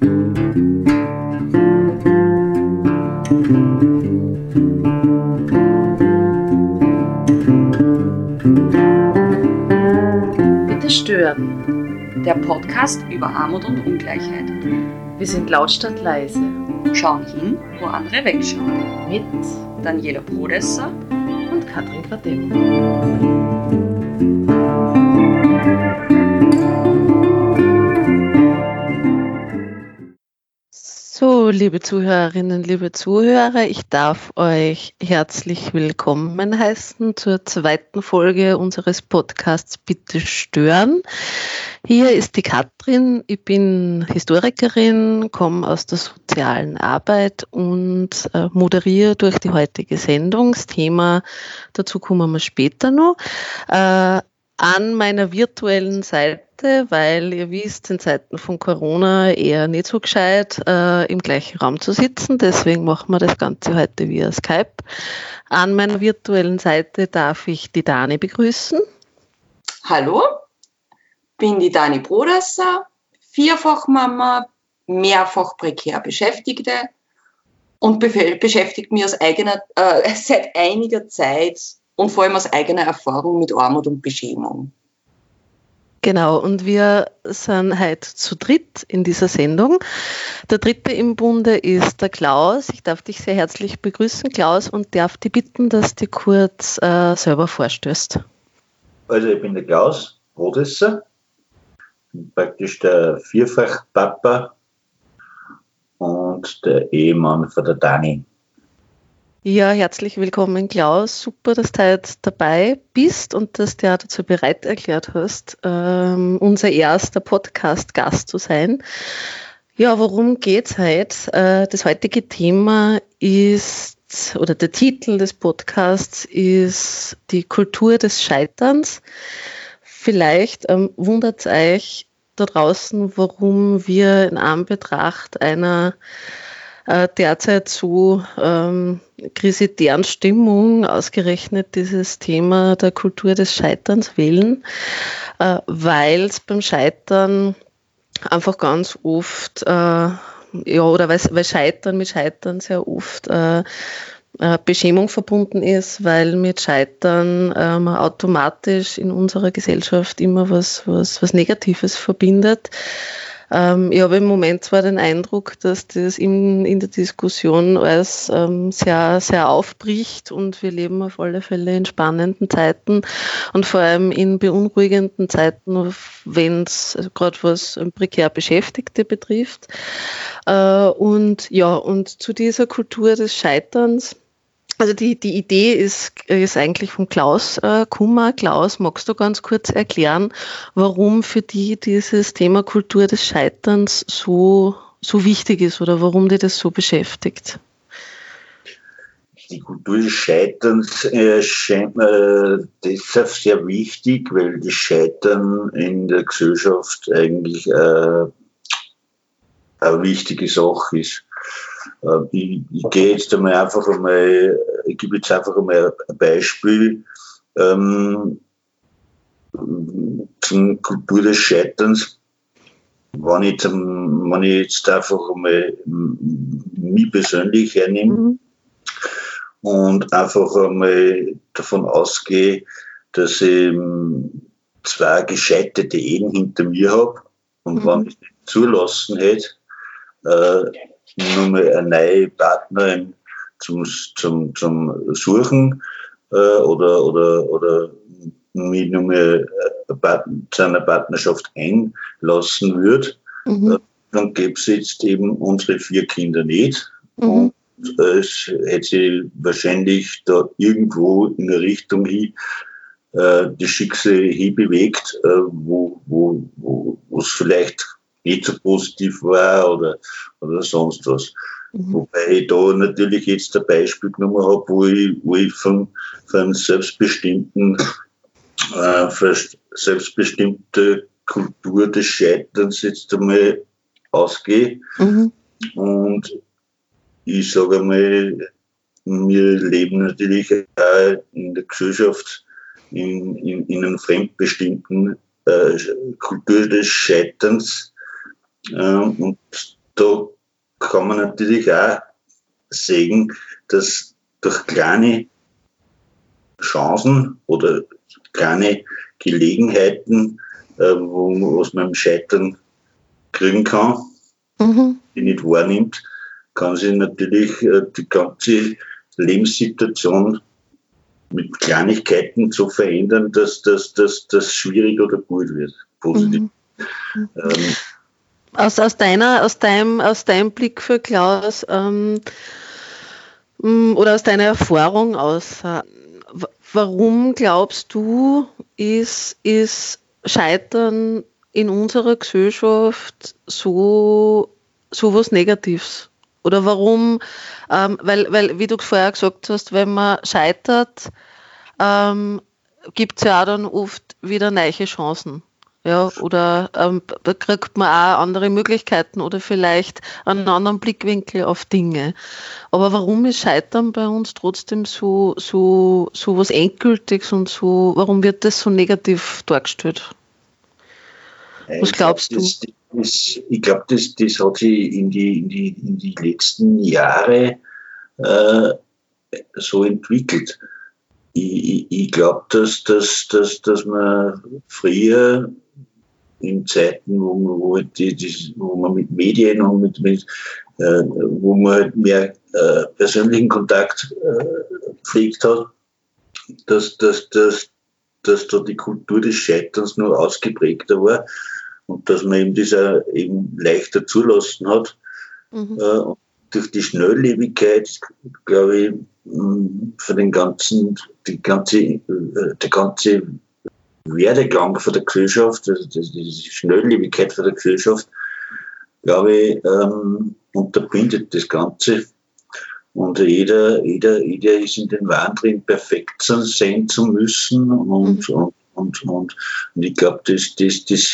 Bitte stören. Der Podcast über Armut und Ungleichheit. Wir sind lautstark leise. Schauen hin, wo andere wegschauen. Mit Daniela Brodesser und Katrin Quadem. So, liebe Zuhörerinnen, liebe Zuhörer, ich darf euch herzlich willkommen heißen zur zweiten Folge unseres Podcasts Bitte stören. Hier ist die Katrin, ich bin Historikerin, komme aus der sozialen Arbeit und moderiere durch die heutige Sendung. Das Thema, dazu kommen wir später noch. An meiner virtuellen Seite, weil ihr wisst, in Zeiten von Corona eher nicht so gescheit, im gleichen Raum zu sitzen. Deswegen machen wir das Ganze heute via Skype. An meiner virtuellen Seite darf ich die Dani begrüßen. Hallo, bin die Dani Brodesser, Vierfachmama, mehrfach prekär Beschäftigte und beschäftigt mich seit einiger Zeit und vor allem aus eigener Erfahrung mit Armut und Beschämung. Genau, und wir sind heute zu dritt in dieser Sendung. Der dritte im Bunde ist der Klaus. Ich darf dich sehr herzlich begrüßen, Klaus, und darf dich bitten, dass du kurz selber vorstößt. Also ich bin der Klaus Brodesser, praktisch der Vierfachpapa und der Ehemann von der Dani. Ja, herzlich willkommen, Klaus. Super, dass du heute dabei bist und dass du dazu bereit erklärt hast, unser erster Podcast-Gast zu sein. Ja, worum geht's heute? Das heutige Thema ist, oder der Titel des Podcasts ist die Kultur des Scheiterns. Vielleicht wundert es euch da draußen, warum wir in Anbetracht einer derzeit so krisitären Stimmung ausgerechnet dieses Thema der Kultur des Scheiterns wählen, weil es beim Scheitern einfach ganz oft, weil Scheitern mit Scheitern sehr oft Beschämung verbunden ist, weil mit Scheitern man automatisch in unserer Gesellschaft immer was Negatives verbindet. Ich habe im Moment zwar den Eindruck, dass das in der Diskussion alles sehr, sehr aufbricht und wir leben auf alle Fälle in spannenden Zeiten und vor allem in beunruhigenden Zeiten, wenn es gerade was prekär Beschäftigte betrifft. Und zu dieser Kultur des Scheiterns. Also die Idee ist eigentlich von Klaus Kummer. Klaus, magst du ganz kurz erklären, warum für dich dieses Thema Kultur des Scheiterns so wichtig ist oder warum dich das so beschäftigt? Die Kultur des Scheiterns scheint mir deshalb sehr wichtig, weil das Scheitern in der Gesellschaft eigentlich eine wichtige Sache ist. Ich gebe jetzt einmal ein Beispiel zum Kultur des Scheiterns. Wenn ich jetzt einfach einmal mich persönlich hernehme und einfach einmal davon ausgehe, dass ich zwei gescheiterte Ehen hinter mir habe und wenn ich es nicht zulassen hätte, nur mal eine neue Partnerin zum Suchen oder mich nur mal zu einer Partnerschaft einlassen würde, dann gäbe es jetzt eben unsere 4 Kinder nicht. Und es hätte sich wahrscheinlich da irgendwo in eine Richtung hin das Schicksal hinbewegt, wo es vielleicht nicht so positiv war oder sonst was. Wobei ich da natürlich jetzt ein Beispiel genommen habe, wo ich von selbstbestimmte Kultur des Scheiterns jetzt einmal ausgehe. Und ich sage einmal, wir leben natürlich auch in der Gesellschaft in einer fremdbestimmten Kultur des Scheiterns. Und kann man natürlich auch sehen, dass durch kleine Chancen oder kleine Gelegenheiten, was man im Scheitern kriegen kann, die nicht wahrnimmt, kann sich natürlich die ganze Lebenssituation mit Kleinigkeiten so verändern, dass das schwierig oder gut wird, positiv. Aus deinem Blick für Klaus oder aus deiner Erfahrung aus, warum glaubst du, ist Scheitern in unserer Gesellschaft so was Negatives? Oder warum, weil wie du vorher gesagt hast, wenn man scheitert, gibt es ja auch dann oft wieder neue Chancen. Ja, oder da kriegt man auch andere Möglichkeiten oder vielleicht einen anderen Blickwinkel auf Dinge. Aber warum ist Scheitern bei uns trotzdem so was Endgültiges und so, warum wird das so negativ dargestellt? Was glaubst du? Ich glaube, das hat sich in die letzten Jahre so entwickelt. Ich glaube, dass man früher in Zeiten, wo man mit Medien und wo man halt mehr persönlichen Kontakt pflegt hat, dass da die Kultur des Scheiterns nur ausgeprägter war und dass man eben das auch eben leichter zulassen hat. Und durch die Schnelllebigkeit, glaube ich, für der ganze Werdegang von der Gesellschaft, die Schnelllebigkeit von der Gesellschaft, glaube ich, unterbindet das Ganze. Und jeder ist in den Wahn drin, perfekt sein zu müssen. Und ich glaube, da ist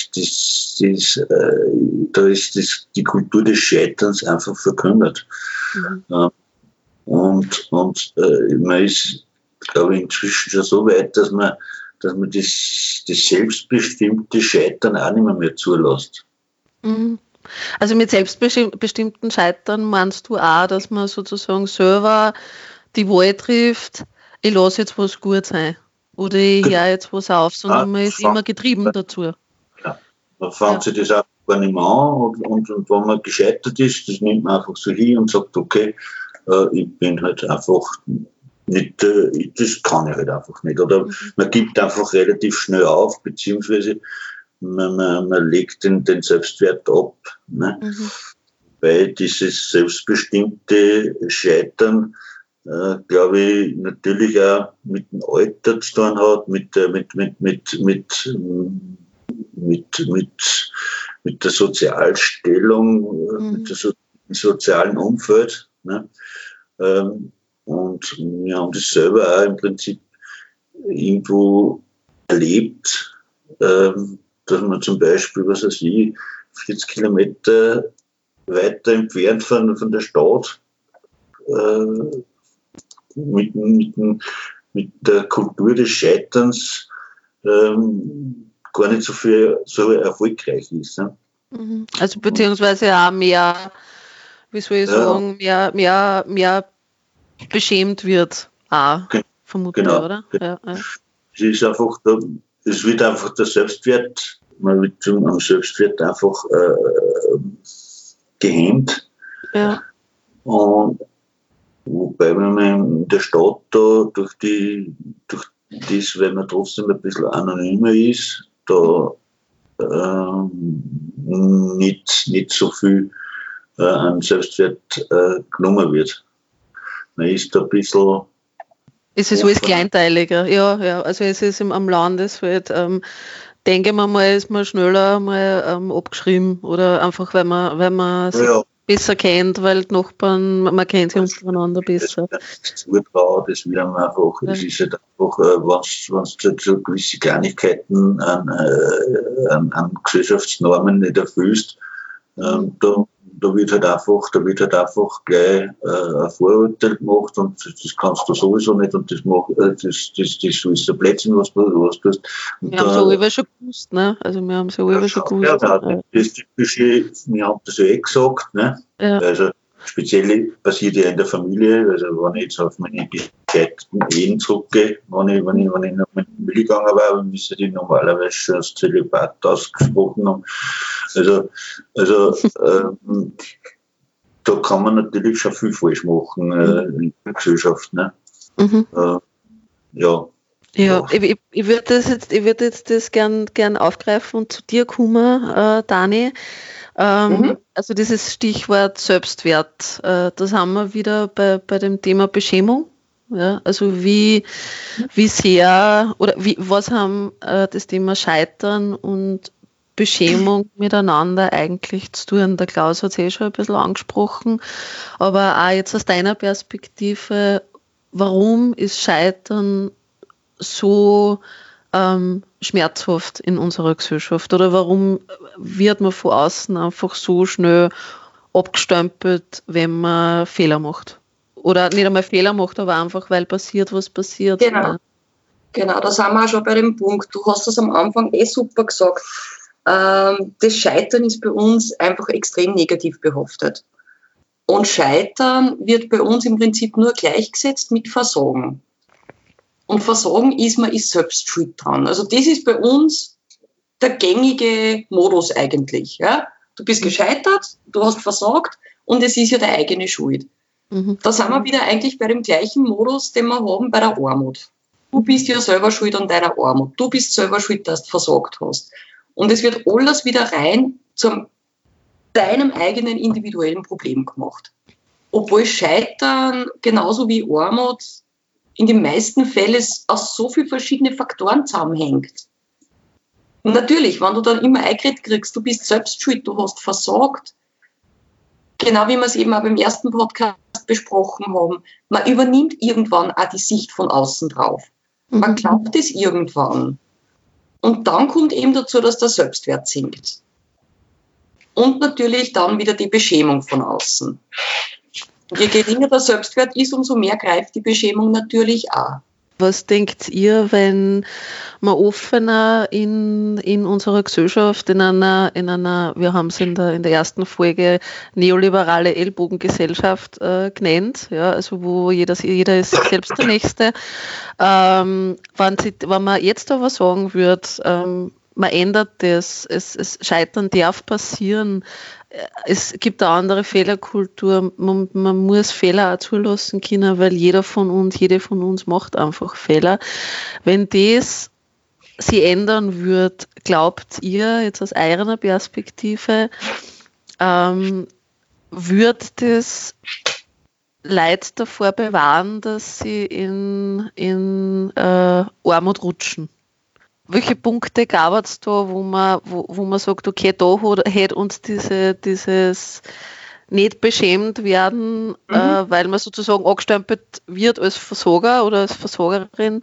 die Kultur des Scheiterns einfach verkümmert. Und man ist, glaube ich, inzwischen schon so weit, dass man das selbstbestimmte Scheitern auch nicht mehr zulässt. Also mit selbstbestimmten Scheitern meinst du auch, dass man sozusagen selber die Wahl trifft, ich lasse jetzt was gut sein oder ich höre jetzt was auf, sondern man ist immer getrieben dazu. Ja, man fängt sich das auch gar nicht mehr an und wenn man gescheitert ist, das nimmt man einfach so hin und sagt, okay, ich bin halt einfach nicht, das kann ich halt einfach nicht. Oder man gibt einfach relativ schnell auf, beziehungsweise man legt den Selbstwert ab. Ne? Weil dieses selbstbestimmte Scheitern, glaube ich, natürlich auch mit dem Alter zu tun hat, mit der Sozialstellung, mit dem sozialen Umfeld. Ne? Und wir haben das selber auch im Prinzip irgendwo erlebt, dass man zum Beispiel, 40 Kilometer weiter entfernt von der Stadt mit der Kultur des Scheiterns gar nicht so erfolgreich ist. Ne? Also beziehungsweise auch mehr, wie soll ich sagen, mehr beschämt wird, vermutlich, genau. Oder? Ja. Es ist einfach, es wird einfach der Selbstwert, man wird am Selbstwert einfach gehemmt. Ja. Und wobei man in der Stadt da durch das, weil man trotzdem ein bisschen anonymer ist, da nicht so viel an Selbstwert genommen wird. Man ist da ein bisschen. Es ist alles kleinteiliger, ja. Also es ist am Landesfeld, denke man mal, ist man schneller mal abgeschrieben oder einfach, weil man sich besser kennt, weil die Nachbarn, man kennt sich untereinander besser. Das Zutrauen, das will man einfach, es ist halt einfach, wenn du so gewisse Kleinigkeiten an Gesellschaftsnormen nicht erfüllst, da wird halt einfach gleich ein Vorurteil gemacht und das kannst du sowieso nicht und das ist ein Plätzchen, was du tust. Wir haben es ja alle schon gewusst, ne? Also wir haben es ja alle schon gewusst. Ja, das typische, wir haben das ja gesagt, ne? Ja. Also speziell passiert ja in der Familie, also wenn ich jetzt auf meine gescheiterten Ehen zurückgehe, wenn ich noch mit dem Müll gegangen war, müsste die normalerweise schon als Zölibat ausgesprochen haben. Da kann man natürlich schon viel falsch machen in der Gesellschaft. Ne? Ja. Ja, ich würde jetzt das gern aufgreifen und zu dir kommen, Dani. Also dieses Stichwort Selbstwert, das haben wir wieder bei dem Thema Beschämung. Ja, also wie sehr oder was haben das Thema Scheitern und Beschämung miteinander eigentlich zu tun? Der Klaus hat es schon ein bisschen angesprochen, aber auch jetzt aus deiner Perspektive, warum ist Scheitern so schmerzhaft in unserer Gesellschaft? Oder warum wird man von außen einfach so schnell abgestempelt, wenn man Fehler macht? Oder nicht einmal Fehler macht, aber einfach, weil passiert, was passiert. Genau, da sind wir auch schon bei dem Punkt. Du hast das am Anfang super gesagt. Das Scheitern ist bei uns einfach extrem negativ behaftet. Und Scheitern wird bei uns im Prinzip nur gleichgesetzt mit Versagen. Und Versagen ist, man ist selbst schuld dran. Also das ist bei uns der gängige Modus eigentlich. Ja? Du bist gescheitert, du hast versagt und es ist ja deine eigene Schuld. Da sind wir wieder eigentlich bei dem gleichen Modus, den wir haben bei der Armut. Du bist ja selber schuld an deiner Armut. Du bist selber schuld, dass du versagt hast. Und es wird alles wieder rein zu deinem eigenen individuellen Problem gemacht. Obwohl Scheitern genauso wie Armut in den meisten Fällen aus so vielen verschiedenen Faktoren zusammenhängt. Und natürlich, wenn du dann immer eingeredet kriegst, du bist selbst schuld, du hast versagt, genau wie wir es eben auch beim ersten Podcast besprochen haben, man übernimmt irgendwann auch die Sicht von außen drauf. Man glaubt es irgendwann. Und dann kommt eben dazu, dass der Selbstwert sinkt. Und natürlich dann wieder die Beschämung von außen. Und je geringer der Selbstwert ist, umso mehr greift die Beschämung natürlich auch. Was denkt ihr, wenn man offener in unserer Gesellschaft, in einer, wir haben es in der ersten Folge neoliberale Ellbogengesellschaft genannt, ja, also wo jeder ist selbst der Nächste. Wenn man jetzt aber sagen würde, man ändert das, es Scheitern darf passieren, es gibt eine andere Fehlerkultur, man muss Fehler auch zulassen können, weil jede von uns macht einfach Fehler. Wenn das sich ändern wird, glaubt ihr jetzt aus eurer Perspektive, wird das Leute davor bewahren, dass sie in Armut rutschen? Welche Punkte gab es da, wo man sagt, okay, da hätte uns dieses nicht beschämt werden, weil man sozusagen angestempelt wird als Versager oder als Versagerin.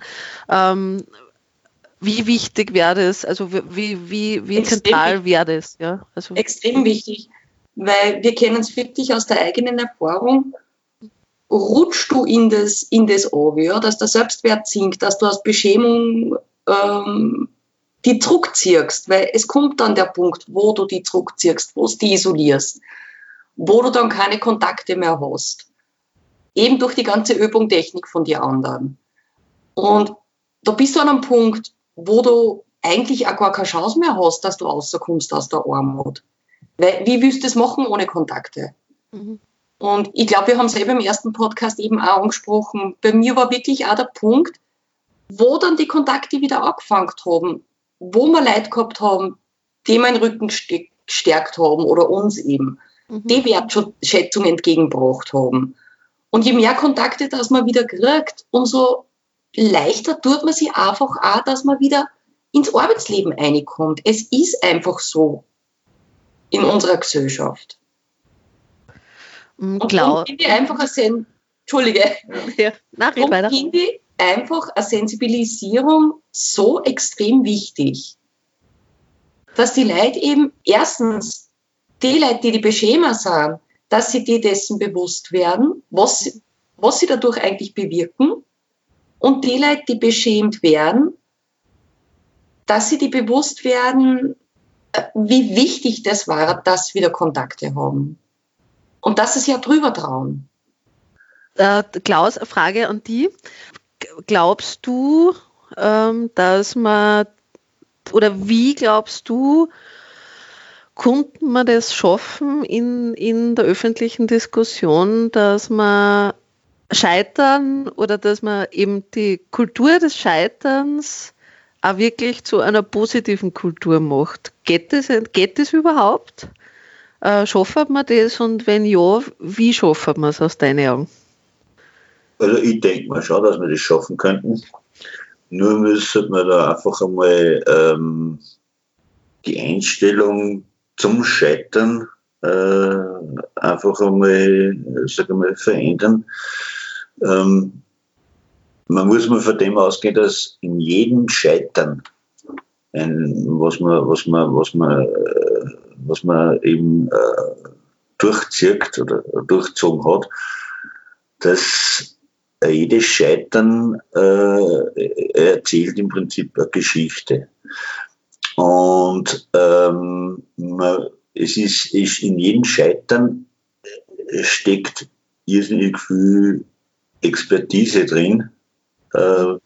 Wie wichtig wäre das? Also wie zentral wäre das? Ja? Also, extrem wichtig, weil wir kennen es wirklich aus der eigenen Erfahrung. Rutschst du in das an, ja, dass der Selbstwert sinkt, dass du aus Beschämung die zurückziehst, weil es kommt dann der Punkt, wo du die zurückziehst, wo du die isolierst, wo du dann keine Kontakte mehr hast. Eben durch die ganze Übung, Technik von die anderen. Und da bist du an einem Punkt, wo du eigentlich auch gar keine Chance mehr hast, dass du rauskommst aus der Armut. Weil, wie willst du das machen ohne Kontakte? Und ich glaube, wir haben es im ersten Podcast eben auch angesprochen. Bei mir war wirklich auch der Punkt, wo dann die Kontakte wieder angefangen haben, wo wir Leute gehabt haben, die meinen Rücken gestärkt haben oder uns eben, die Wertschätzung entgegengebracht haben. Und je mehr Kontakte, dass man wieder kriegt, umso leichter tut man sich einfach auch, dass man wieder ins Arbeitsleben reinkommt. Es ist einfach so in unserer Gesellschaft. Und darum finde ich einfach einfach eine Sensibilisierung so extrem wichtig, dass die Leute eben erstens, die Leute, die Beschämer sind, dass sie die dessen bewusst werden, was sie dadurch eigentlich bewirken, und die Leute, die beschämt werden, dass sie die bewusst werden, wie wichtig das war, dass sie wieder Kontakte haben. und dass sie sich ja drüber trauen. Klaus, eine Frage an dich. Glaubst du, dass man, oder wie glaubst du, konnten wir das schaffen in der öffentlichen Diskussion, dass man Scheitern oder dass man eben die Kultur des Scheiterns auch wirklich zu einer positiven Kultur macht? Geht das überhaupt? Schaffen wir das und wenn ja, wie schaffen wir es aus deinen Augen? Also ich denke mal schon, dass wir das schaffen könnten. Nur müssen wir da einfach einmal die Einstellung zum Scheitern einfach einmal, verändern. Man muss mal von dem ausgehen, dass in jedem Scheitern, was man eben durchzieht oder durchzogen hat, dass jedes Scheitern erzählt im Prinzip eine Geschichte. Und es ist in jedem Scheitern steckt irrsinnig viel Expertise drin, wenn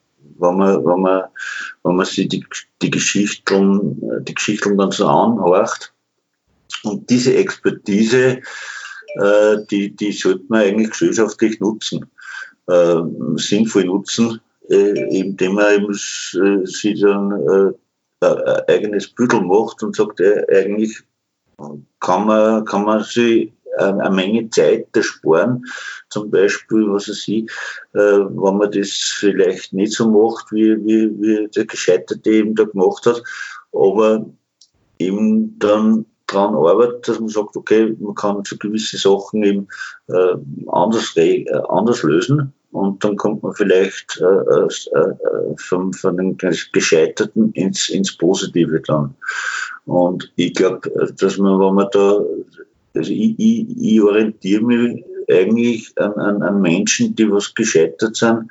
man sich die Geschichten dann so anhorcht. Und diese Expertise, die sollte man eigentlich gesellschaftlich nutzen, sinnvoll nutzen, indem man eben sich dann ein eigenes Büdel macht und sagt, eigentlich kann man sich eine Menge Zeit ersparen, zum Beispiel, was weiß ich, wenn man das vielleicht nicht so macht, wie der Gescheiterte eben da gemacht hat, aber eben dann daran arbeitet, dass man sagt, okay, man kann so gewisse Sachen eben anders lösen und dann kommt man vielleicht von dem Gescheiterten ins Positive dann. Und ich glaube, dass man, wenn man da, also ich orientiere mich eigentlich an Menschen, die was gescheitert sind,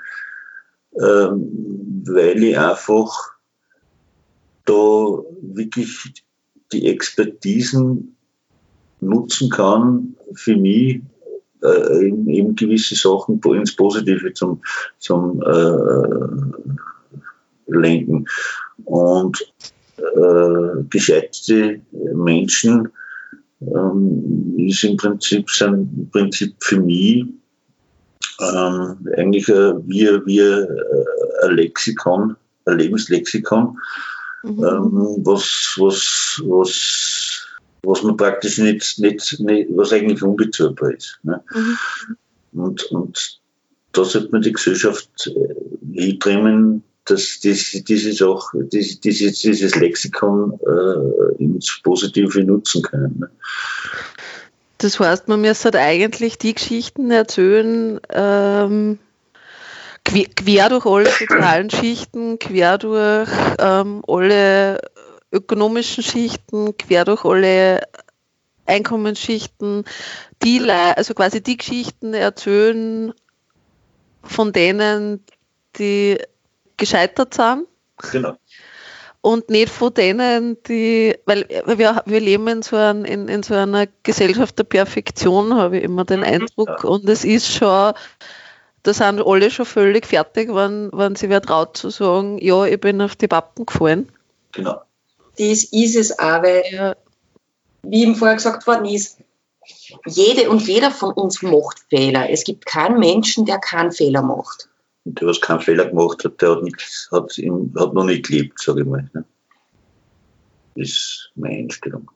weil ich einfach da wirklich die Expertisen nutzen kann für mich, eben gewisse Sachen ins Positive zum Lenken. Und gescheiterte Menschen sind im Prinzip für mich eigentlich wie ein Lexikon, ein Lebenslexikon, was man praktisch nicht was eigentlich unbezahlt ist. Ne? Und da sollte man die Gesellschaft hintrimmen, dass dieses Lexikon ins Positive nutzen können. Ne? Das heißt, man müsste eigentlich die Geschichten erzählen, quer durch alle sozialen Schichten, quer durch alle ökonomischen Schichten, quer durch alle Einkommensschichten, also quasi die Geschichten erzählen von denen, die gescheitert sind. Genau. Und nicht von denen, weil wir leben in so einer Gesellschaft der Perfektion, habe ich immer den Eindruck. Ja. Und es ist schon, da sind alle schon völlig fertig, wenn sie wer traut zu sagen, ja, ich bin auf die Pappen gefallen. Genau. Das ist es auch, weil, wie eben vorher gesagt worden ist, jede und jeder von uns macht Fehler. Es gibt keinen Menschen, der keinen Fehler macht. Und der, was keinen Fehler gemacht hat, der hat noch nicht gelebt, sage ich mal. Ne? Das ist meine Einstellung.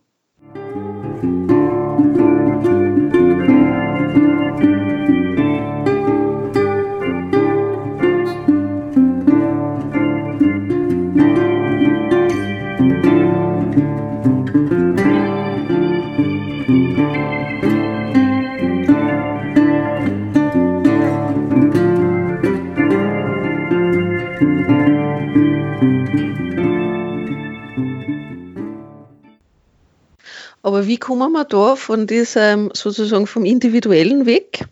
Aber wie kommen wir da von diesem, sozusagen vom Individuellen weg?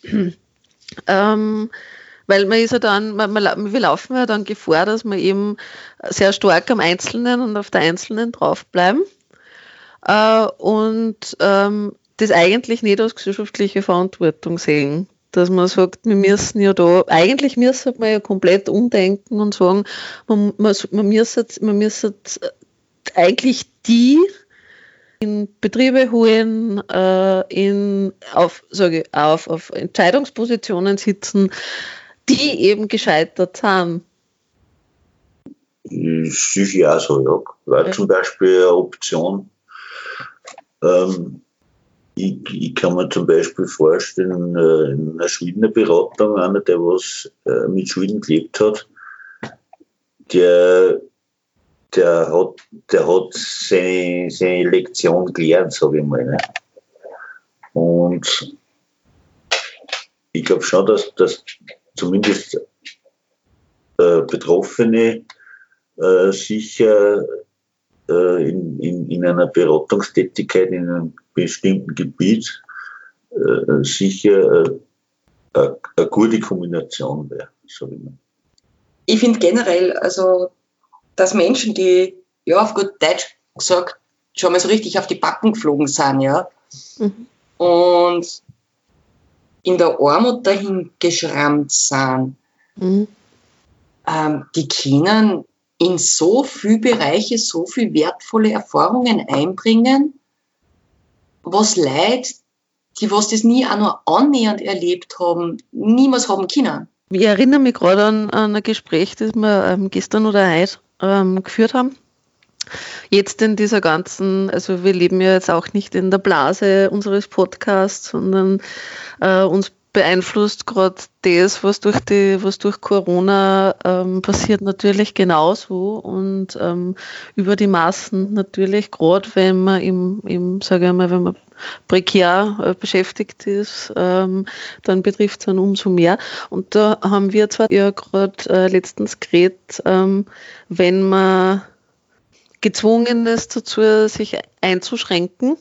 Weil man ist ja dann, wir laufen ja dann Gefahr, dass wir eben sehr stark am Einzelnen und auf der Einzelnen draufbleiben. Und das eigentlich nicht als gesellschaftliche Verantwortung sehen. Dass man sagt, wir müssen ja da, eigentlich müssen wir ja komplett umdenken und sagen, man müsste eigentlich die in Betriebe holen, auf Entscheidungspositionen sitzen, die eben gescheitert sind. Sicher auch so, ja. War zum Beispiel eine Option. Ich kann mir zum Beispiel vorstellen, in einer Schweizer Beratung, einer, der was mit Schweden gelebt hat, der hat seine Lektion gelernt, sage ich mal. Ne? Und ich glaube schon, dass zumindest Betroffene sicher in einer Beratungstätigkeit in einem bestimmten Gebiet sicher eine gute Kombination wäre, sage ich mal. Ich finde generell, also, dass Menschen, die, ja, auf gut Deutsch gesagt, schon mal so richtig auf die Backen geflogen sind, ja, und in der Armut dahin geschrammt sind, die können in so viele Bereiche so viele wertvolle Erfahrungen einbringen, was Leute, die was das nie auch nur annähernd erlebt haben, niemals haben können. Ich erinnere mich gerade an ein Gespräch, das wir gestern oder heute geführt haben. Jetzt in dieser ganzen, also wir leben ja jetzt auch nicht in der Blase unseres Podcasts, sondern uns beeinflusst gerade das, was durch Corona passiert, natürlich genauso und über die Maßen natürlich, gerade wenn man sage ich mal, wenn man prekär beschäftigt ist, dann betrifft es dann umso mehr. Und da haben wir zwar ja gerade letztens geredet, wenn man gezwungen ist dazu, sich einzuschränken,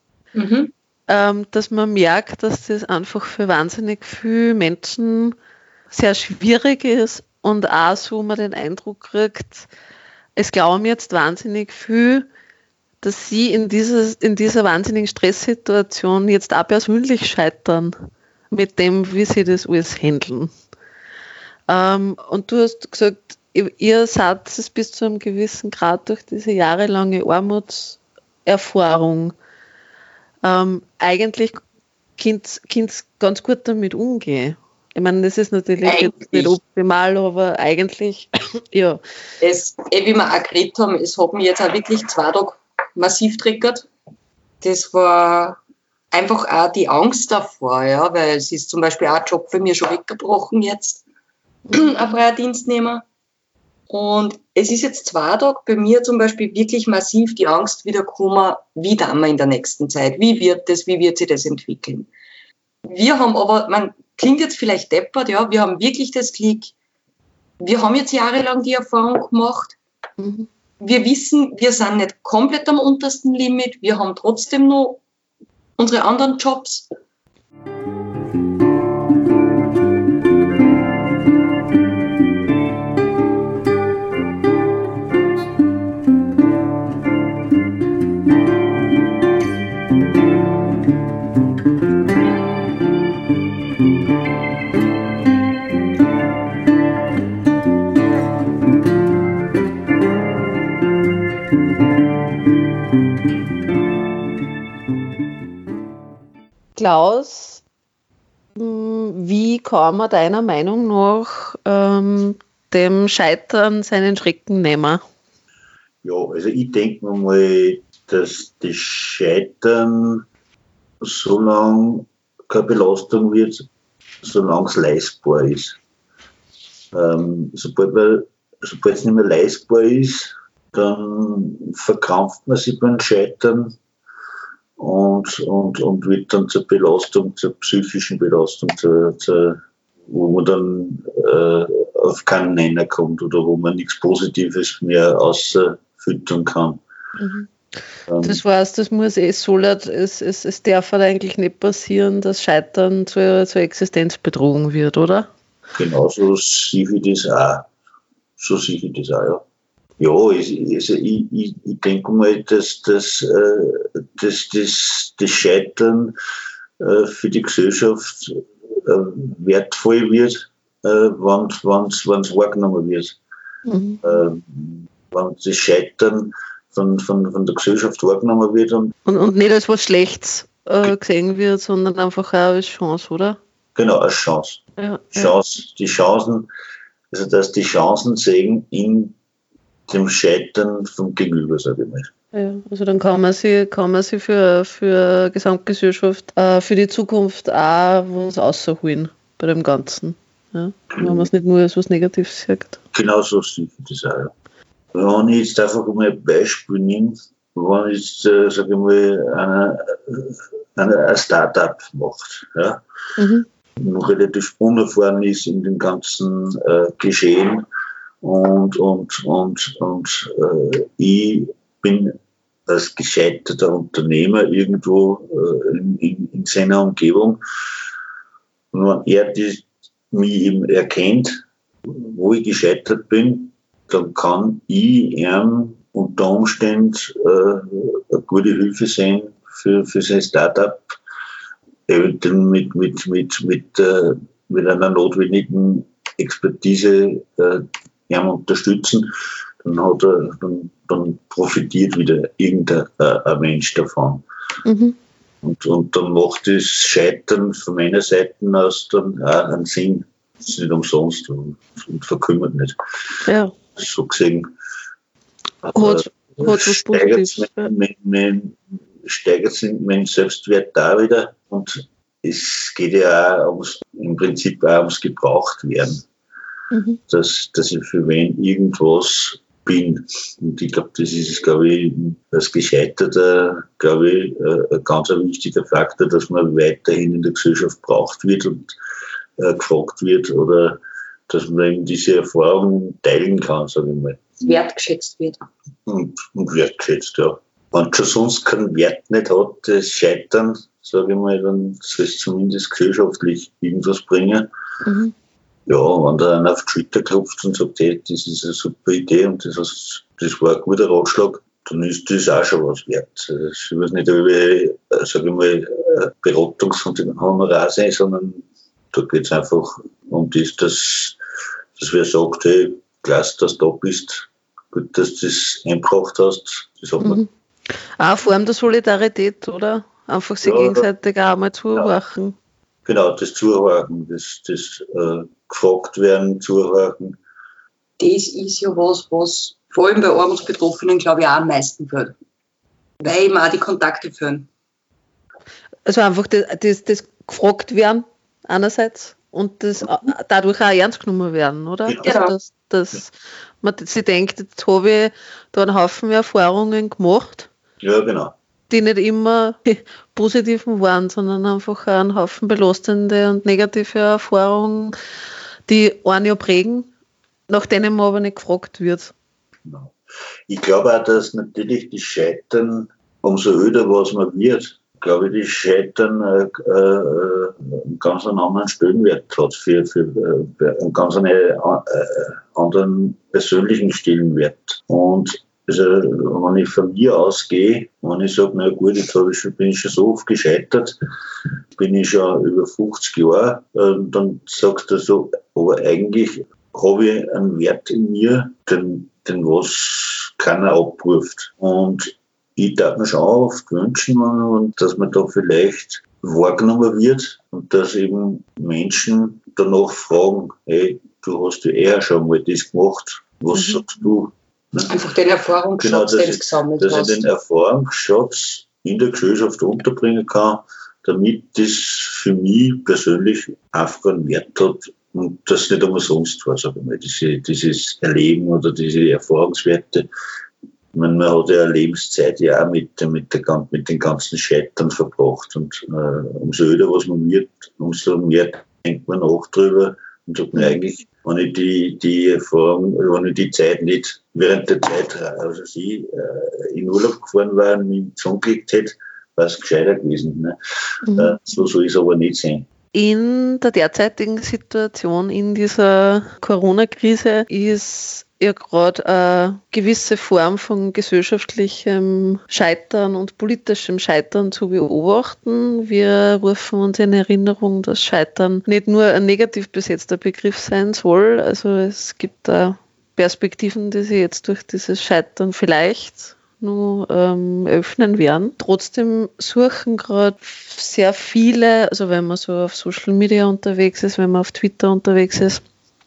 dass man merkt, dass das einfach für wahnsinnig viele Menschen sehr schwierig ist und auch so man den Eindruck kriegt, es glauben jetzt wahnsinnig viel, dass sie in dieser wahnsinnigen Stresssituation jetzt auch persönlich scheitern mit dem, wie sie das alles handeln. Und du hast gesagt, ihr seid es bis zu einem gewissen Grad durch diese jahrelange Armutserfahrung eigentlich könnt ganz gut damit umgehen. Ich meine, das ist natürlich jetzt nicht optimal, aber eigentlich, ja. Wie wir auch geredet haben, es hat mich jetzt auch wirklich 2 Tage massiv triggert. Das war einfach auch die Angst davor, ja, weil es ist zum Beispiel auch ein Job für mich schon weggebrochen jetzt, ein freier Dienstnehmer. Und es ist jetzt 2 Tage bei mir zum Beispiel wirklich massiv die Angst wiedergekommen, wie tun wir in der nächsten Zeit, wie wird sich das entwickeln. Wir haben aber, man klingt jetzt vielleicht deppert, ja, wir haben wirklich das Glück, wir haben jetzt jahrelang die Erfahrung gemacht, wir wissen, wir sind nicht komplett am untersten Limit, wir haben trotzdem noch unsere anderen Jobs. Klaus, wie kann man deiner Meinung nach dem Scheitern seinen Schrecken nehmen? Ja, also ich denke mir mal, dass das Scheitern so lange keine Belastung wird, solange es leistbar ist. Sobald es nicht mehr leistbar ist, dann verkrampft man sich beim Scheitern und wird dann zur Belastung, zur psychischen Belastung, wo man dann auf keinen Nenner kommt oder wo man nichts Positives mehr ausfüttern kann. Das heißt, das muss es darf halt eigentlich nicht passieren, dass Scheitern zur Existenzbedrohung wird, oder? Genauso sehe ich das auch. So sehe ich das auch, ja. Ja, ich denke mal, dass das Scheitern für die Gesellschaft wertvoll wird, wenn es wahrgenommen wird. Mhm. Wenn das Scheitern von der Gesellschaft wahrgenommen wird. Und nicht als was Schlechtes gesehen wird, sondern einfach auch als Chance, oder? Genau, als Chance. Ja, Die Chancen, also dass die Chancen sehen in dem Scheitern vom Gegenüber, sage ich mal. Ja, also dann kann man sich für Gesamtgesellschaft, für die Zukunft auch was rausholen bei dem Ganzen. Ja? Wenn man es nicht nur als was Negatives sagt. Genau so sehe ich das auch. Ja. Wenn ich jetzt einfach mal ein Beispiel nehme, wenn jetzt, sage ich mal, ein Start-up macht, ja, noch relativ unerfahren ist in dem ganzen Geschehen und ich bin als gescheiterter Unternehmer irgendwo in seiner Umgebung, und wenn er mich eben erkennt, wo ich gescheitert bin, dann kann ich ihm unter Umständen eine gute Hilfe sein für sein Startup, eventuell mit einer notwendigen Expertise ihm unterstützen. Dann profitiert wieder irgendein Mensch davon. Mhm. Und dann macht das Scheitern von meiner Seite aus dann auch einen Sinn. Das ist nicht umsonst und verkümmert nicht. Ja. So gesehen steigert sich mein Selbstwert da wieder, und es geht ja auch im Prinzip auch ums Gebrauchtwerden, dass ich für wen irgendwas bin. Und ich glaube, das ist, als Gescheiterter, ein ganz wichtiger Faktor, dass man weiterhin in der Gesellschaft gebraucht wird und gefragt wird, oder dass man eben diese Erfahrung teilen kann, sage ich mal. Wertgeschätzt wird. Und wertgeschätzt, ja. Wenn es schon sonst keinen Wert nicht hat, das Scheitern, sage ich mal, dann soll es zumindest gesellschaftlich irgendwas bringen. Mhm. Ja, wenn da einer auf die Schulter klopft und sagt, hey, das ist eine super Idee und das war ein guter Ratschlag, dann ist das auch schon was wert. Ich weiß nicht, sage ich mal, Beratungshonorar sein, sondern da geht es einfach um das, dass wer sagt, hey, klasse, dass du da bist, gut, dass du das eingebracht hast. Das hat man. Auch eine Form der Solidarität, oder? Einfach sich gegenseitig auch mal zuhören. Genau, das Zuhören, das gefragt werden, zuhören. Das ist ja was vor allem bei Armutsbetroffenen, glaube ich, auch am meisten fehlt. Weil eben auch die Kontakte fehlen. Also einfach das gefragt werden einerseits und das dadurch auch ernst genommen werden, oder? Ja. Also dass man sich denkt, jetzt habe ich da einen Haufen Erfahrungen gemacht. Ja, genau. Die nicht immer positiven waren, sondern einfach auch einen Haufen belastende und negative Erfahrungen, die einen ja prägen, nach denen man aber nicht gefragt wird. Genau. Ich glaube auch, dass natürlich das Scheitern, umso öder was man wird, glaube ich, das Scheitern einen ganz anderen Stellenwert hat, für einen ganz anderen persönlichen Stellenwert. Und also, wenn ich von mir ausgehe, wenn ich sage, na gut, jetzt bin ich schon so oft gescheitert, bin ich schon über 50 Jahre, dann sagt er so, aber eigentlich habe ich einen Wert in mir, den was keiner abruft. Und ich darf mir schon oft wünschen, dass man da vielleicht wahrgenommen wird und dass eben Menschen danach fragen, hey, du hast ja eher schon mal das gemacht, was sagst du? Einfach den Erfahrungsschatz, den du gesammelt hast. Dass ich den Erfahrungsschatz in der Gesellschaft unterbringen kann, damit das für mich persönlich einfach einen Wert hat und das nicht umsonst war, sage ich mal, dieses Erleben oder diese Erfahrungswerte. Ich meine, man hat ja eine Lebenszeit ja auch mit den ganzen Scheitern verbracht, und umso öder was man wird, umso mehr denkt man nach drüber und sagt mir eigentlich, wenn ich die Erfahrung, wenn ich die Zeit nicht während der Zeit, also in Urlaub gefahren war und mich zusammengelegt hätte, wäre es gescheiter gewesen. Ne? So soll es aber nicht sein. In der derzeitigen Situation, in dieser Corona-Krise, ist ja gerade eine gewisse Form von gesellschaftlichem Scheitern und politischem Scheitern zu beobachten. Wir rufen uns in Erinnerung, dass Scheitern nicht nur ein negativ besetzter Begriff sein soll. Also es gibt da Perspektiven, die sich jetzt durch dieses Scheitern vielleicht nur öffnen werden. Trotzdem suchen gerade sehr viele, also wenn man so auf Social Media unterwegs ist, wenn man auf Twitter unterwegs ist,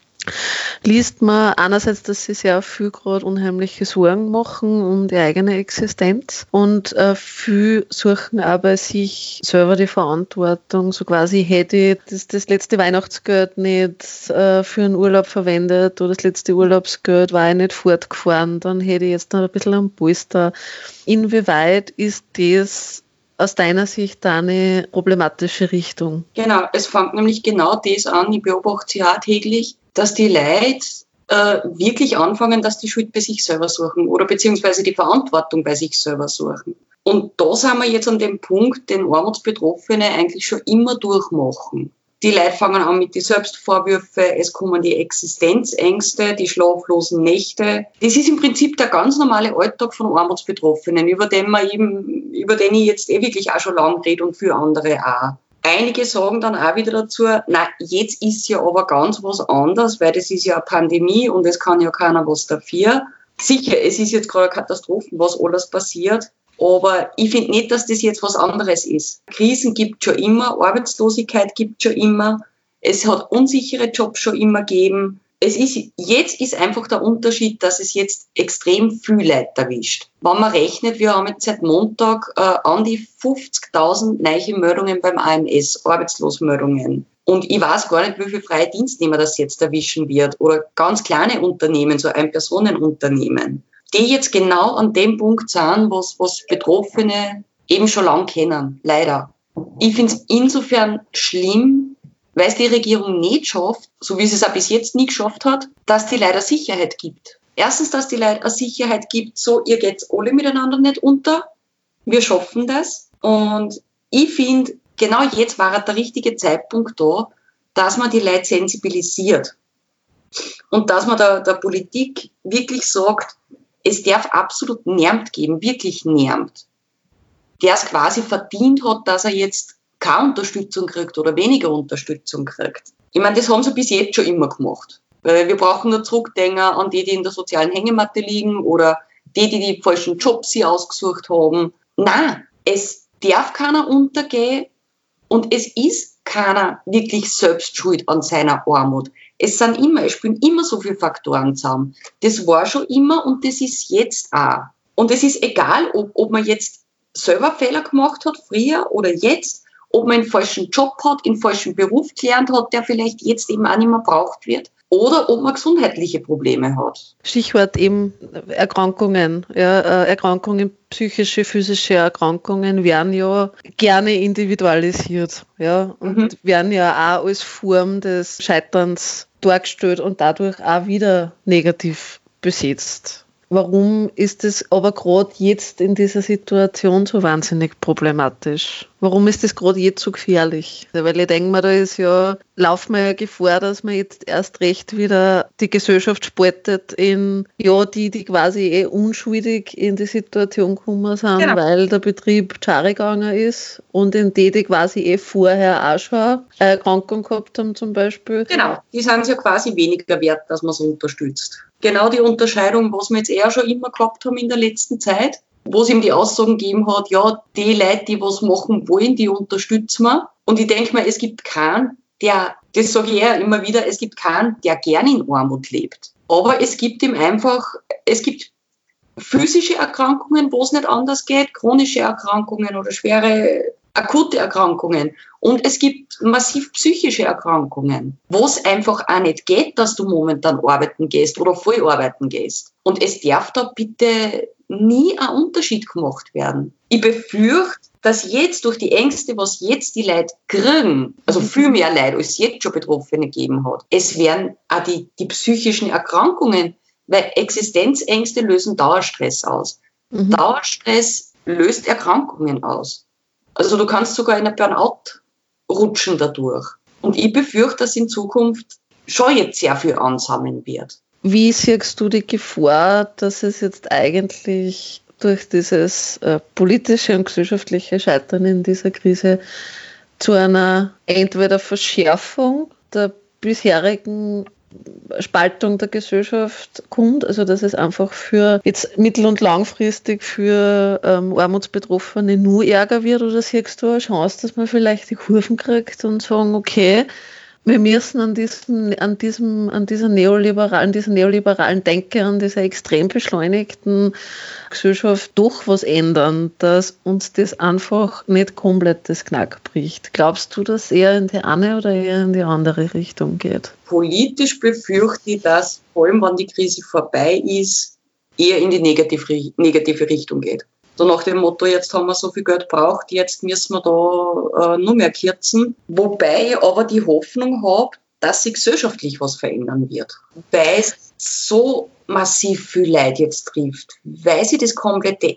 liest man einerseits, dass sie sehr viel gerade unheimliche Sorgen machen um die eigene Existenz und viel suchen auch bei sich selber die Verantwortung, so quasi hätte ich das letzte Weihnachtsgeld nicht für einen Urlaub verwendet oder das letzte Urlaubsgeld war ich nicht fortgefahren, dann hätte ich jetzt noch ein bisschen am Polster. Inwieweit ist das aus deiner Sicht eine problematische Richtung? Genau, es fängt nämlich genau das an, ich beobachte sie auch täglich, dass die Leute wirklich anfangen, dass die Schuld bei sich selber suchen oder beziehungsweise die Verantwortung bei sich selber suchen. Und da sind wir jetzt an dem Punkt, den Armutsbetroffene eigentlich schon immer durchmachen. Die Leute fangen an mit den Selbstvorwürfen, es kommen die Existenzängste, die schlaflosen Nächte. Das ist im Prinzip der ganz normale Alltag von Armutsbetroffenen, über den ich jetzt wirklich auch schon lange rede und für andere auch. Einige sagen dann auch wieder dazu, na, jetzt ist ja aber ganz was anderes, weil das ist ja eine Pandemie und es kann ja keiner was dafür. Sicher, es ist jetzt gerade eine Katastrophe, was alles passiert, aber ich finde nicht, dass das jetzt was anderes ist. Krisen gibt es schon immer, Arbeitslosigkeit gibt es schon immer, es hat unsichere Jobs schon immer gegeben. Jetzt ist einfach der Unterschied, dass es jetzt extrem viel Leute erwischt. Wenn man rechnet, wir haben jetzt seit Montag an die 50.000 neue Meldungen beim AMS, Arbeitslosmeldungen. Und ich weiß gar nicht, wie viele freie Dienstnehmer das jetzt erwischen wird. Oder ganz kleine Unternehmen, so Ein-Personen-Unternehmen, die jetzt genau an dem Punkt sind, was Betroffene eben schon lange kennen, leider. Ich finde es insofern schlimm, weil es die Regierung nicht schafft, so wie sie es auch bis jetzt nie geschafft hat, dass die Leute eine Sicherheit gibt. Erstens, dass die Leute eine Sicherheit gibt, so, ihr geht's alle miteinander nicht unter, wir schaffen das. Und ich finde, genau jetzt war der richtige Zeitpunkt da, dass man die Leute sensibilisiert. Und dass man der Politik wirklich sagt, es darf absolut niemand geben, wirklich niemand, der es quasi verdient hat, dass er jetzt keine Unterstützung kriegt oder weniger Unterstützung kriegt. Ich meine, das haben sie bis jetzt schon immer gemacht. Weil wir brauchen nur zurückdenken an die in der sozialen Hängematte liegen oder die falschen Jobs sie ausgesucht haben. Nein, es darf keiner untergehen und es ist keiner wirklich selbst schuld an seiner Armut. Es spielen immer so viele Faktoren zusammen. Das war schon immer und das ist jetzt auch. Und es ist egal, ob man jetzt selber Fehler gemacht hat, früher oder jetzt, ob man einen falschen Job hat, einen falschen Beruf gelernt hat, der vielleicht jetzt eben auch nicht mehr braucht wird, oder ob man gesundheitliche Probleme hat. Stichwort eben Erkrankungen. Ja, Erkrankungen, psychische, physische Erkrankungen werden ja gerne individualisiert, ja, und werden ja auch als Form des Scheiterns dargestellt und dadurch auch wieder negativ besetzt. Warum ist es aber gerade jetzt in dieser Situation so wahnsinnig problematisch? Warum ist das gerade jetzt so gefährlich? Weil ich denke mir, laufen wir ja Gefahr, dass man jetzt erst recht wieder die Gesellschaft spaltet in, die quasi unschuldig in die Situation gekommen sind, genau, weil der Betrieb schare gegangen ist, und in die quasi vorher auch schon eine Erkrankung gehabt haben zum Beispiel. Genau, die sind ja quasi weniger wert, dass man es unterstützt. Genau die Unterscheidung, was wir jetzt eher schon immer gehabt haben in der letzten Zeit, wo es ihm die Aussagen gegeben hat, ja, die Leute, die was machen wollen, die unterstützen wir. Und ich denke mir, es gibt keinen, das sage ich eher immer wieder, es gibt keinen, der gern in Armut lebt. Aber es gibt physische Erkrankungen, wo es nicht anders geht, chronische Erkrankungen oder schwere akute Erkrankungen. Und es gibt massiv psychische Erkrankungen, wo es einfach auch nicht geht, dass du momentan arbeiten gehst oder voll arbeiten gehst. Und es darf da bitte nie ein Unterschied gemacht werden. Ich befürchte, dass jetzt durch die Ängste, was jetzt die Leute kriegen, also viel mehr Leute, als es jetzt schon Betroffene gegeben hat, es werden auch die psychischen Erkrankungen, weil Existenzängste lösen Dauerstress aus. Dauerstress löst Erkrankungen aus. Also du kannst sogar in ein Burnout rutschen dadurch. Und ich befürchte, dass in Zukunft schon jetzt sehr viel ansammeln wird. Wie siehst du die Gefahr, dass es jetzt eigentlich durch dieses politische und gesellschaftliche Scheitern in dieser Krise zu einer entweder Verschärfung der bisherigen Spaltung der Gesellschaft kommt, also dass es einfach für jetzt mittel- und langfristig für Armutsbetroffene nur Ärger wird, oder siehst du eine Chance, dass man vielleicht die Kurven kriegt und sagen, okay, wir müssen an dieser neoliberalen Denke, an dieser extrem beschleunigten Gesellschaft doch was ändern, dass uns das einfach nicht komplett das Knack bricht. Glaubst du, dass eher in die eine oder eher in die andere Richtung geht? Politisch befürchte ich, dass, vor allem wenn die Krise vorbei ist, eher in die negative Richtung geht. So nach dem Motto, jetzt haben wir so viel Geld braucht, jetzt müssen wir da nur mehr kürzen. Wobei ich aber die Hoffnung habe, dass sich gesellschaftlich was verändern wird. Weil es so massiv viel Leid jetzt trifft, weil sich das komplette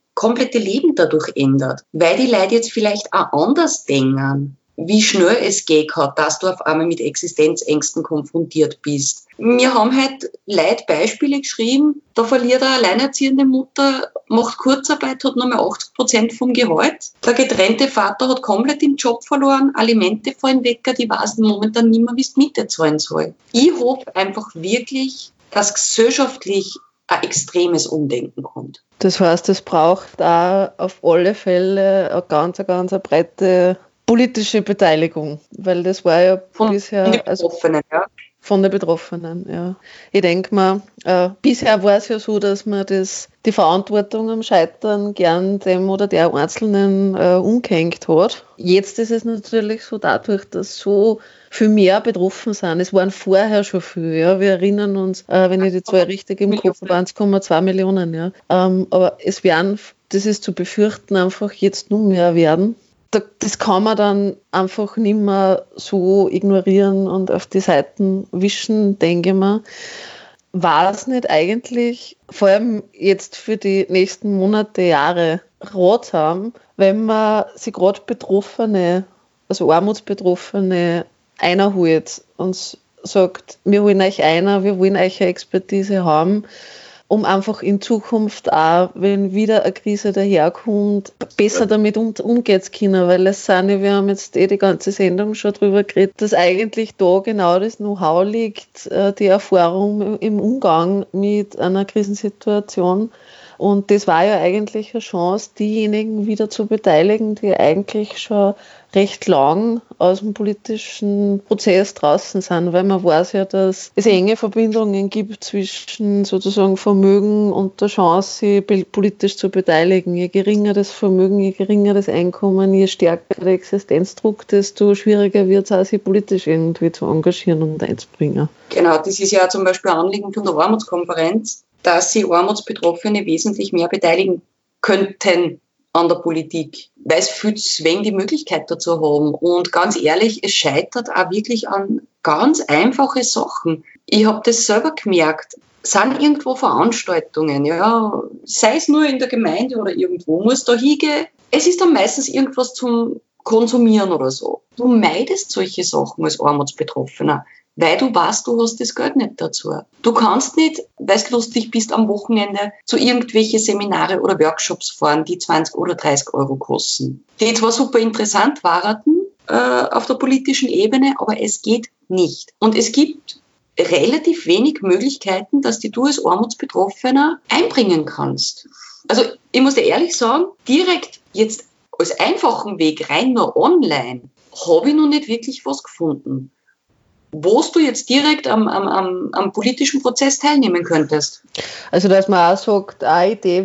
Leben dadurch ändert, weil die Leute jetzt vielleicht auch anders denken, wie schnell es gehen kann, dass du auf einmal mit Existenzängsten konfrontiert bist. Wir haben halt Leute Beispiele geschrieben, da verliert eine alleinerziehende Mutter, macht Kurzarbeit, hat nur mehr 80% vom Gehalt. Der getrennte Vater hat komplett den Job verloren, Alimente fallen weg, die weiß momentan nicht mehr, wie es die Miete zahlen soll. Ich hoffe einfach wirklich, dass gesellschaftlich ein extremes Umdenken kommt. Das heißt, es braucht auch auf alle Fälle eine ganz breite politische Beteiligung, weil das war ja bisher... Von den Betroffenen, ja. Von den Betroffenen, ja. Ich denke mal, bisher war es ja so, dass man die Verantwortung am Scheitern gern dem oder der Einzelnen umgehängt hat. Jetzt ist es natürlich so, dadurch, dass so viel mehr betroffen sind. Es waren vorher schon viel, ja. Wir erinnern uns, wenn ich die Zahl richtig im Kopf habe, 1,2 Millionen, ja. Aber das ist zu befürchten, einfach jetzt nur mehr werden. Das kann man dann einfach nicht mehr so ignorieren und auf die Seiten wischen, denke ich mal. War es nicht eigentlich, vor allem jetzt für die nächsten Monate, Jahre, ratsam, wenn man sich gerade Betroffene, also Armutsbetroffene, einerholt und sagt, wir holen euch einer, wir wollen euch eine Expertise haben, um einfach in Zukunft auch, wenn wieder eine Krise daherkommt, besser damit umgehen zu können, weil wir haben jetzt die ganze Sendung schon drüber geredet, dass eigentlich da genau das Know-how liegt, die Erfahrung im Umgang mit einer Krisensituation. Und das war ja eigentlich eine Chance, diejenigen wieder zu beteiligen, die eigentlich schon recht lang aus dem politischen Prozess draußen sind, weil man weiß ja, dass es enge Verbindungen gibt zwischen sozusagen Vermögen und der Chance, sich politisch zu beteiligen. Je geringer das Vermögen, je geringer das Einkommen, je stärker der Existenzdruck, desto schwieriger wird es auch, sich politisch irgendwie zu engagieren und einzubringen. Genau, das ist ja zum Beispiel ein Anliegen von der Armutskonferenz, dass sich Armutsbetroffene wesentlich mehr beteiligen könnten an der Politik, weil es viel zu wenig die Möglichkeit dazu haben. Und ganz ehrlich, es scheitert auch wirklich an ganz einfache Sachen. Ich habe das selber gemerkt. Sind irgendwo Veranstaltungen, ja, sei es nur in der Gemeinde oder irgendwo, muss da hingehen. Es ist dann meistens irgendwas zum Konsumieren oder so. Du meidest solche Sachen als Armutsbetroffener, weil du weißt, du hast das Geld nicht dazu. Du kannst nicht, weil du lustig bist, am Wochenende zu irgendwelche Seminare oder Workshops fahren, die 20 oder 30 Euro kosten. Die zwar super interessant waren auf der politischen Ebene, aber es geht nicht. Und es gibt relativ wenig Möglichkeiten, dass du als Armutsbetroffener einbringen kannst. Also ich muss dir ehrlich sagen, direkt jetzt als einfachen Weg rein nur online habe ich noch nicht wirklich was gefunden, wo du jetzt direkt am politischen Prozess teilnehmen könntest. Also dass man auch sagt, eine Idee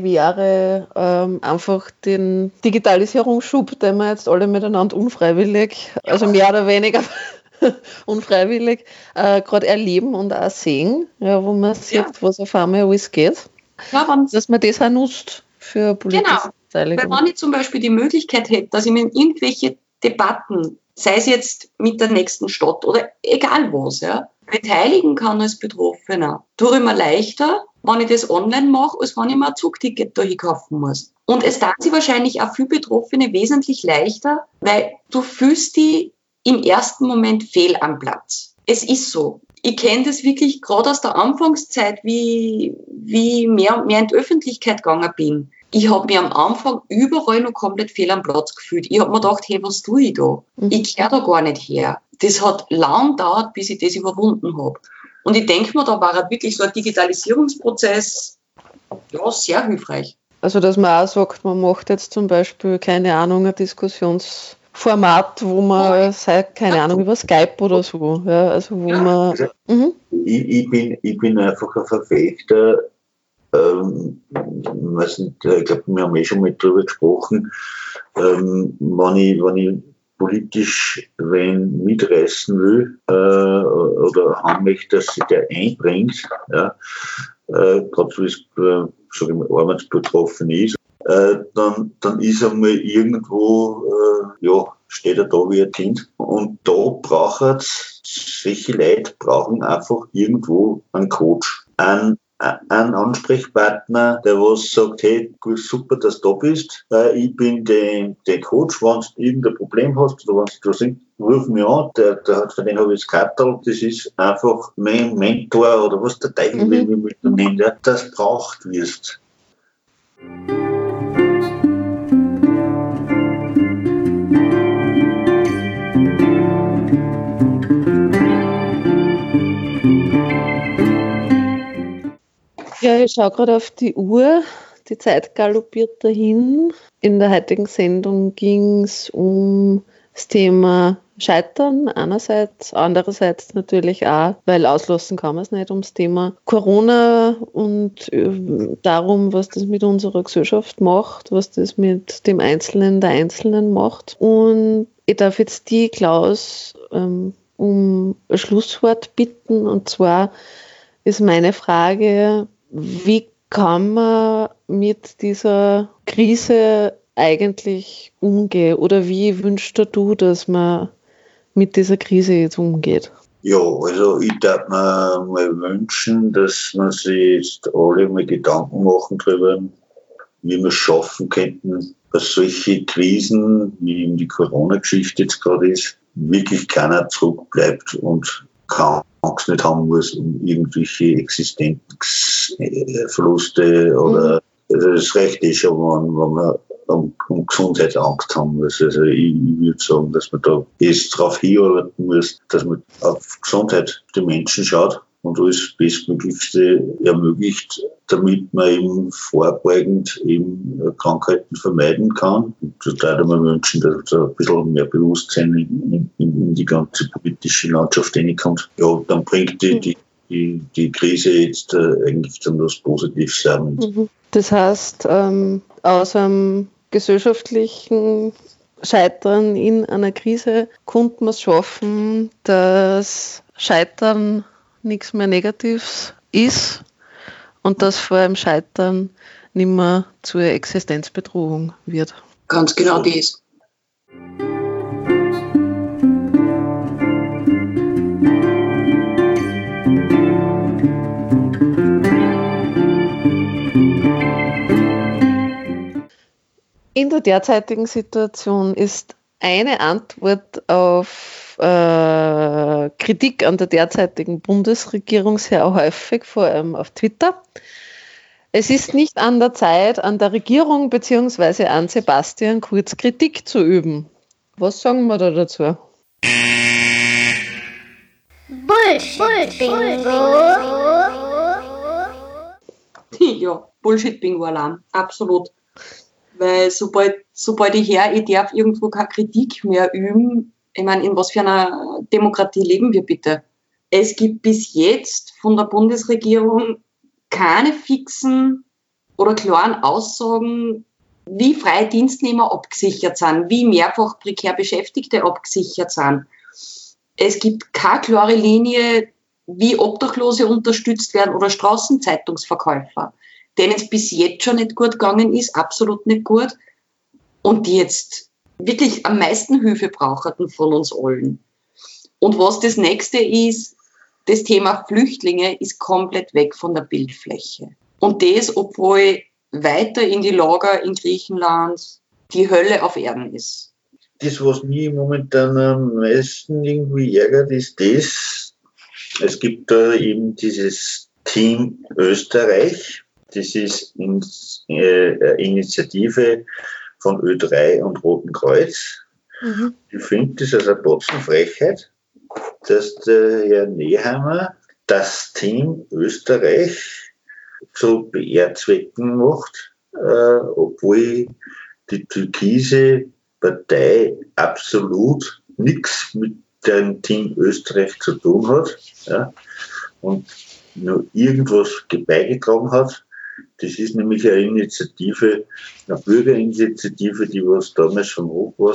wäre einfach den Digitalisierungsschub, den wir jetzt alle miteinander unfreiwillig, also mehr oder weniger unfreiwillig, gerade erleben und auch sehen, ja, wo man sieht, was auf einmal alles geht. Ja, dass man das auch nutzt für politische Beteiligung. Weil wenn ich zum Beispiel die Möglichkeit hätte, dass ich mir in irgendwelche Debatten, sei es jetzt mit der nächsten Stadt oder egal was, ja, beteiligen kann als Betroffener, tue ich mir leichter, wenn ich das online mache, als wenn ich mir ein Zugticket dahin kaufen muss. Und es tut sich wahrscheinlich auch für Betroffene wesentlich leichter, weil du fühlst dich im ersten Moment fehl am Platz. Es ist so. ich kenne das wirklich gerade aus der Anfangszeit, wie ich mehr und mehr in die Öffentlichkeit gegangen bin. Ich habe mich am Anfang überall noch komplett fehl am Platz gefühlt. Ich habe mir gedacht, hey, was tue ich da? Ich gehöre da gar nicht her. Das hat lang gedauert, bis ich das überwunden habe. Und ich denke mir, da war halt wirklich so ein Digitalisierungsprozess sehr hilfreich. Also dass man auch sagt, man macht jetzt zum Beispiel, keine Ahnung, ein Diskussionsformat, wo man sagt, keine Ahnung, über Skype oder so. Ja, also wo man. Also, ich bin einfach ein Verfechter. Ich glaube, wir haben schon mal drüber gesprochen, wenn ich politisch mitreißen will oder haben möchte, dass sich der einbringt, ja, gerade so ist, sage ich mal, arbeitsbetroffen ist, dann ist einmal irgendwo, steht er da wie ein Kind. Und da braucht es, solche Leute brauchen einfach irgendwo einen Coach, einen Ansprechpartner, der was sagt, hey, gut, super, dass du da bist. Ich bin der Coach, wenn du irgendein Problem hast oder wenn du da sind, ruf mich an, für den habe ich das Kartel, das ist einfach mein Mentor oder was der Teufel will, wie man ihn nennt, das braucht wirst. Ja, ich schaue gerade auf die Uhr. Die Zeit galoppiert dahin. In der heutigen Sendung ging es um das Thema Scheitern einerseits, andererseits natürlich auch, weil auslassen kann man es nicht, ums Thema Corona und darum, was das mit unserer Gesellschaft macht, was das mit dem Einzelnen, der Einzelnen macht. Und ich darf jetzt die, Klaus, um ein Schlusswort bitten, und zwar ist meine Frage, wie kann man mit dieser Krise eigentlich umgehen? Oder wie wünschst du, dass man mit dieser Krise jetzt umgeht? Ja, also ich darf mir mal wünschen, dass man sich jetzt alle mal Gedanken machen darüber, wie wir es schaffen könnten, dass solche Krisen, wie eben die Corona-Geschichte jetzt gerade ist, wirklich keiner zurückbleibt und keine Angst nicht haben muss um irgendwelche Existenzverluste oder das reicht schon, wenn wir um Gesundheitsangst haben muss. Also ich würde sagen, dass man da jetzt darauf hinarbeiten muss, dass man auf Gesundheit der Menschen schaut und alles Bestmöglichste ermöglicht, damit man eben vorbeugend eben Krankheiten vermeiden kann. Und da würde ich mir wünschen, dass da ein bisschen mehr Bewusstsein in die ganze politische Landschaft reinkommt. Ja, dann bringt die Krise jetzt eigentlich dann was Positives sein. Das heißt, aus einem gesellschaftlichen Scheitern in einer Krise konnte man es schaffen, dass Scheitern nichts mehr Negatives ist und dass vor allem Scheitern nicht mehr zur Existenzbedrohung wird. Ganz genau das. In der derzeitigen Situation ist eine Antwort auf Kritik an der derzeitigen Bundesregierung sehr häufig, vor allem auf Twitter. Es ist nicht an der Zeit, an der Regierung bzw. an Sebastian Kurz Kritik zu üben. Was sagen wir da dazu? Bullshit-Bingo. Ja, Bullshit-Bingo-Alarm, absolut. Weil sobald ich höre, ich darf irgendwo keine Kritik mehr üben, ich meine, in was für einer Demokratie leben wir bitte? Es gibt bis jetzt von der Bundesregierung keine fixen oder klaren Aussagen, wie freie Dienstnehmer abgesichert sind, wie mehrfach prekär Beschäftigte abgesichert sind. Es gibt keine klare Linie, wie Obdachlose unterstützt werden oder Straßenzeitungsverkäufer, denen es bis jetzt schon nicht gut gegangen ist, absolut nicht gut, und die jetzt wirklich am meisten Hilfe brauchen von uns allen. Und was das nächste ist, das Thema Flüchtlinge ist komplett weg von der Bildfläche. Und das, obwohl weiter in die Lager in Griechenland die Hölle auf Erden ist. Das, was mich momentan am meisten irgendwie ärgert, ist das, Es gibt da eben dieses Team Österreich. Das ist eine Initiative von Ö3 und Roten Kreuz. Mhm. Ich finde das als eine Botzenfrechheit, dass der Herr Nehammer das Team Österreich zu PR-Zwecken macht, obwohl die türkise Partei absolut nichts mit dem Team Österreich zu tun hat, ja, und nur irgendwas beigetragen hat. Das ist nämlich eine Initiative, eine Bürgerinitiative, die was damals vom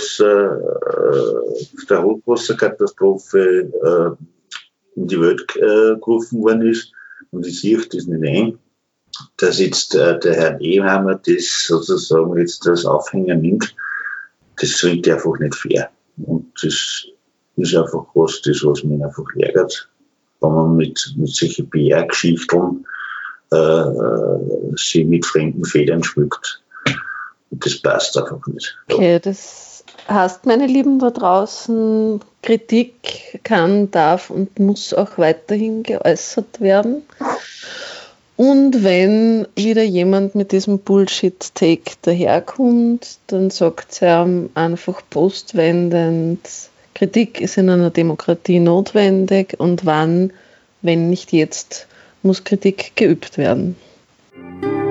der Hochwasserkatastrophe in die Welt gerufen worden ist. Und ich sehe das nicht ein, dass jetzt der Herr Nehammer das sozusagen jetzt als Aufhänger nimmt. Das finde ich einfach nicht fair. Und das ist einfach was mich einfach ärgert, wenn man mit solchen PR-Geschichten sie mit fremden Federn schmückt. Und das passt einfach nicht. Okay, das heißt, meine Lieben da draußen, Kritik kann, darf und muss auch weiterhin geäußert werden. Und wenn wieder jemand mit diesem Bullshit-Take daherkommt, dann sagt er einfach postwendend, Kritik ist in einer Demokratie notwendig und wann, wenn nicht jetzt, muss Kritik geübt werden.